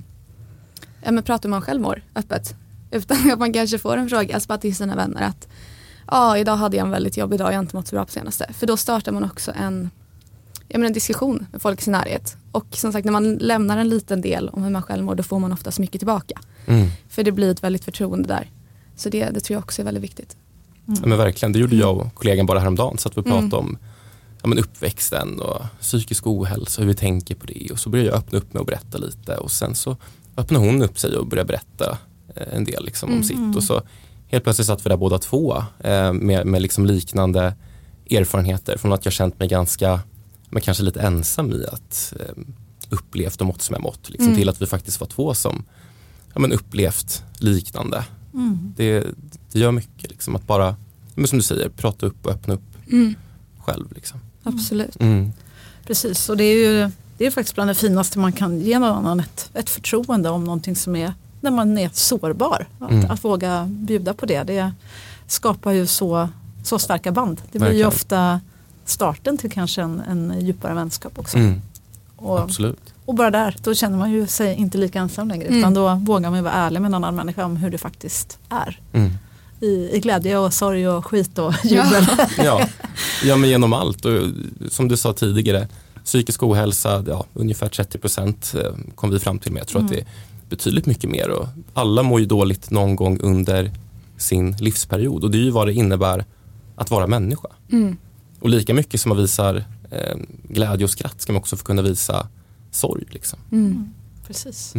prata om man själv mår öppet. Utan att man kanske får en fråga bara till sina vänner att idag hade jag en väldigt jobbig dag, jag har inte mått så bra på senaste. För då startar man också en diskussion med folk i sin närhet. Och som sagt, när man lämnar en liten del om hur man själv mår, då får man oftast mycket tillbaka. För det blir ett väldigt förtroende där. Så det tror jag också är väldigt viktigt. Ja, men verkligen, det gjorde jag och kollegan bara häromdagen. Så att vi pratade om uppväxten och psykisk ohälsa, hur vi tänker på det. Och så började jag öppna upp mig och berätta lite. Och sen så öppnade hon upp sig och började berätta en del liksom, om sitt. Och så helt plötsligt satt vi där båda två med liksom liknande erfarenheter från att jag känt mig ganska, men kanske lite ensam i att upplevt och mått som jag mått. Liksom, till att vi faktiskt var två som upplevt liknande. Det gör mycket liksom, att bara, men som du säger, prata upp och öppna upp själv. Liksom. Absolut. Precis, och det är faktiskt bland det finaste man kan ge någon annan ett förtroende om någonting som är, när man är sårbar. Att våga bjuda på det skapar ju så starka band. Det blir ju ofta starten till kanske en djupare vänskap också. Absolut. Och bara där, då känner man ju sig inte lika ensam längre. Utan då vågar man vara ärlig med en annan människa om hur det faktiskt är. I glädje och sorg och skit och jubel. Ja, men genom allt. Och som du sa tidigare, psykisk ohälsa, ungefär 30% kom vi fram till. Men jag tror att det är betydligt mycket mer. Och alla mår ju dåligt någon gång under sin livsperiod. Och det är ju vad det innebär att vara människa. Och lika mycket som man visar glädje och skratt ska man också få kunna visa sorg. Liksom. Precis.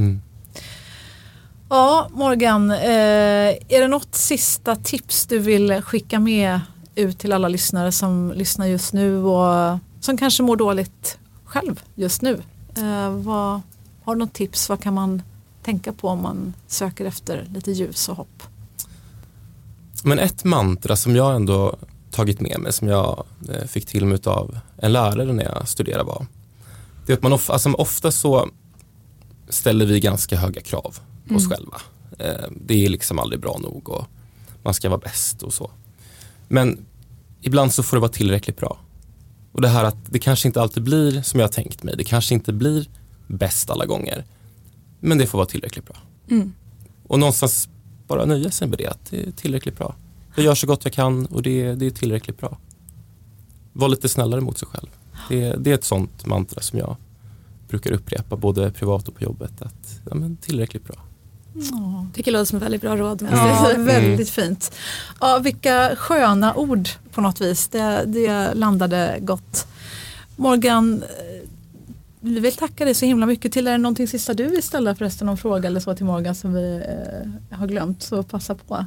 Ja, Morgan, är det något sista tips du vill skicka med ut till alla lyssnare som lyssnar just nu och som kanske mår dåligt själv just nu? Har du något tips? Vad kan man tänka på om man söker efter lite ljus och hopp? Men ett mantra som jag ändå tagit med mig, som jag fick till mig av en lärare när jag studerade, var det att man ofta så ställer vi ganska höga krav på oss själva. Det är liksom aldrig bra nog och man ska vara bäst och så. Men ibland så får det vara tillräckligt bra. Och det här att det kanske inte alltid blir som jag har tänkt mig. Det kanske inte blir bäst alla gånger. Men det får vara tillräckligt bra. Och någonstans bara nöja sig med det, att det är tillräckligt bra. Jag gör så gott jag kan och det är tillräckligt bra. Var lite snällare mot sig själv. Det är ett sånt mantra som jag brukar upprepa både privat och på jobbet. Att tillräckligt bra. Tycker det låter som ett väldigt bra råd. Väldigt fint. Ja, vilka sköna ord på något vis. Det landade gott. Morgan, vi vill tacka dig så himla mycket. Till är det någonting sista du vill ställa förresten, någon fråga eller så till Morgan som vi har glömt, så passa på.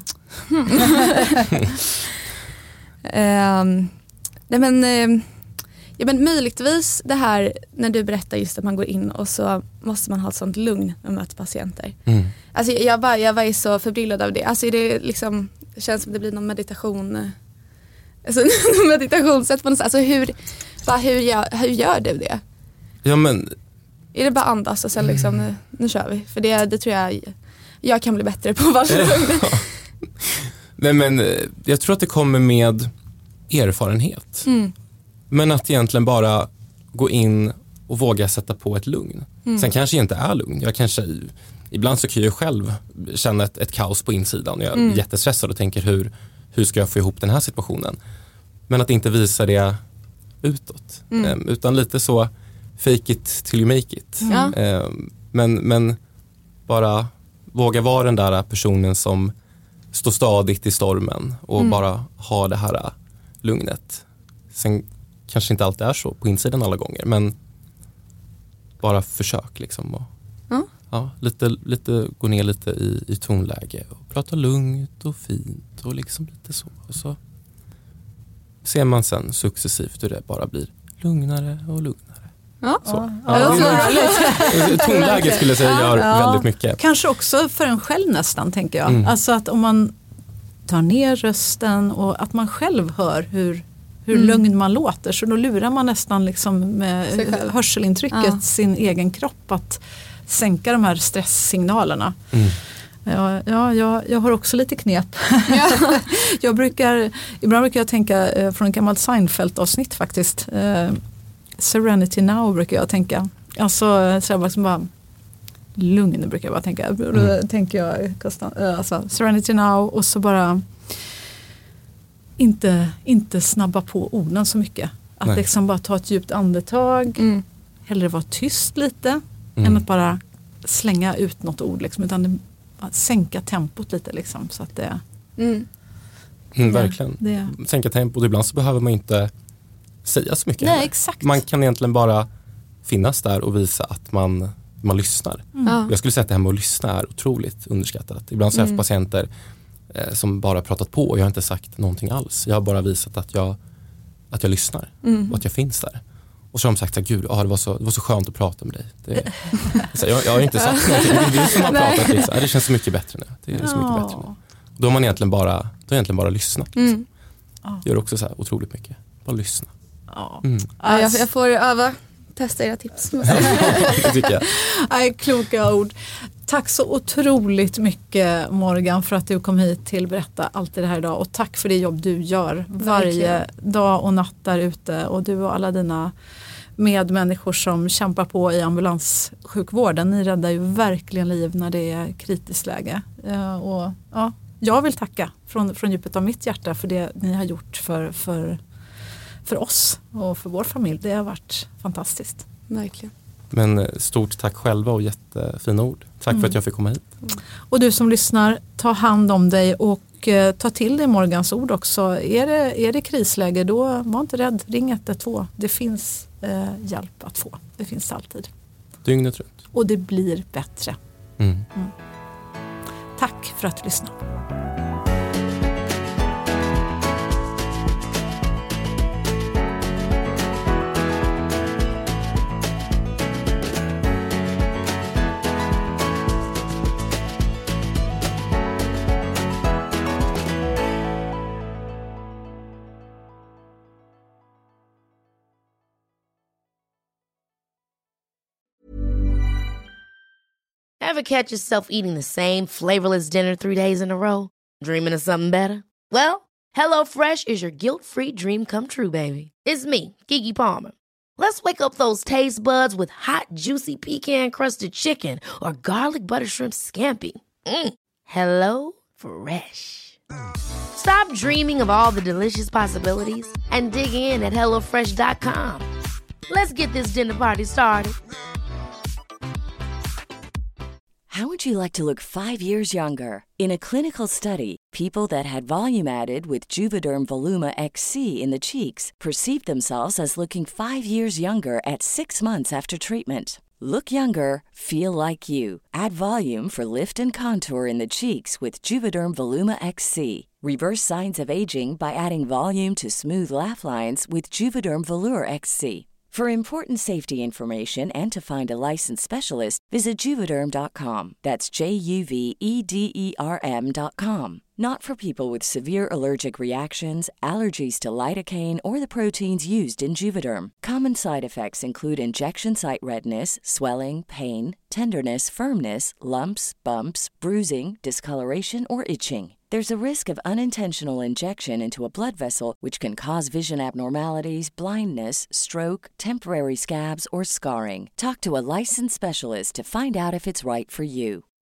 Men möjligtvis det här när du berättar just att man går in och så måste man ha ett sånt lugn när man möter patienter. Alltså jag var så förbryllad av det. Alltså det liksom känns som det blir någon meditation. Alltså meditationssätt på något sätt. Alltså hur gör du det? Ja, men är det bara andas och sen liksom nu kör vi? För det tror jag kan bli bättre på varje lugn. Nej, men jag tror att det kommer med erfarenhet. Men att egentligen bara gå in och våga sätta på ett lugn. Sen kanske jag inte är lugn. Ibland så kan jag själv känna ett kaos på insidan. Jag är jättestressad och tänker hur ska jag få ihop den här situationen? Men att inte visa det utåt. Utan lite så fake it till you make it. Ja. Men bara våga vara den där personen som står stadigt i stormen och bara ha det här lugnet. Sen kanske inte alltid är så på insidan alla gånger, men bara försök liksom. Ja, lite gå ner lite i tonläge och prata lugnt och fint och liksom lite så. Och så ser man sen successivt hur det bara blir lugnare och lugnare. Ja. Så. Tonläge skulle jag säga gör väldigt mycket. Kanske också för en själv nästan, tänker jag. Alltså att om man tar ner rösten och att man själv hör hur lugn man låter, så då lurar man nästan liksom med hörselintrycket sin egen kropp att sänka de här stresssignalerna. Jag har också lite knep. Ibland brukar jag tänka från ett gammalt Seinfeld-avsnitt faktiskt. Serenity now brukar jag tänka. Alltså så jag bara lugn brukar jag bara tänka. Då tänker jag alltså, Serenity now, och så bara inte snabba på orden så mycket. Att liksom bara ta ett djupt andetag. Hellre vara tyst lite än att bara slänga ut något ord liksom, utan sänka tempot lite liksom, så att det verkligen. Sänka tempot, ibland så behöver man inte säga så mycket. Nej, exakt. Man kan egentligen bara finnas där och visa att man lyssnar. Jag skulle säga att det här med att lyssna är otroligt underskattat. Ibland så är jag för patienter som bara pratat på och jag har inte sagt någonting alls. Jag har bara visat att jag lyssnar och att jag finns där. Och så har de sagt att gud, det var så skönt att prata med dig. Jag har inte sagt någonting. Det är som man pratat liksom. Det känns så mycket bättre nu. Det är så mycket bättre nu. Då har man egentligen bara lyssnat. Liksom. Det gör också så här otroligt mycket. Bara lyssna. Jag får öva, testa era tips. Det tycker jag. Kloka ord. Tack så otroligt mycket, Morgan, för att du kom hit till Berätta allt det här idag. Och tack för det jobb du gör varje dag och natt där ute. Och du och alla dina medmänniskor som kämpar på i ambulanssjukvården. Ni räddar ju verkligen liv när det är kritiskt läge. Och jag vill tacka från djupet av mitt hjärta för det ni har gjort för oss och för vår familj. Det har varit fantastiskt. Verkligen. Men stort tack själva och jättefina ord. Tack för att jag fick komma hit. Och du som lyssnar, ta hand om dig och ta till dig Morgans ord också. Är det krisläge, då var inte rädd. Ring 112. Det finns hjälp att få. Det finns alltid. Dygnet runt. Och det blir bättre. Tack för att du lyssnade. Ever catch yourself eating the same flavorless dinner 3 days in a row? Dreaming of something better? Well, HelloFresh is your guilt-free dream come true, baby. It's me, Keke Palmer. Let's wake up those taste buds with hot, juicy pecan-crusted chicken or garlic butter shrimp scampi. Hello Fresh. Stop dreaming of all the delicious possibilities and dig in at HelloFresh.com. Let's get this dinner party started. How would you like to look 5 years younger? In a clinical study, people that had volume added with Juvederm Voluma XC in the cheeks perceived themselves as looking 5 years younger at 6 months after treatment. Look younger, feel like you. Add volume for lift and contour in the cheeks with Juvederm Voluma XC. Reverse signs of aging by adding volume to smooth laugh lines with Juvederm Volure XC. For important safety information and to find a licensed specialist, visit Juvederm.com. That's JUVEDERM.com. Not for people with severe allergic reactions, allergies to lidocaine, or the proteins used in Juvederm. Common side effects include injection site redness, swelling, pain, tenderness, firmness, lumps, bumps, bruising, discoloration, or itching. There's a risk of unintentional injection into a blood vessel, which can cause vision abnormalities, blindness, stroke, temporary scabs, or scarring. Talk to a licensed specialist to find out if it's right for you.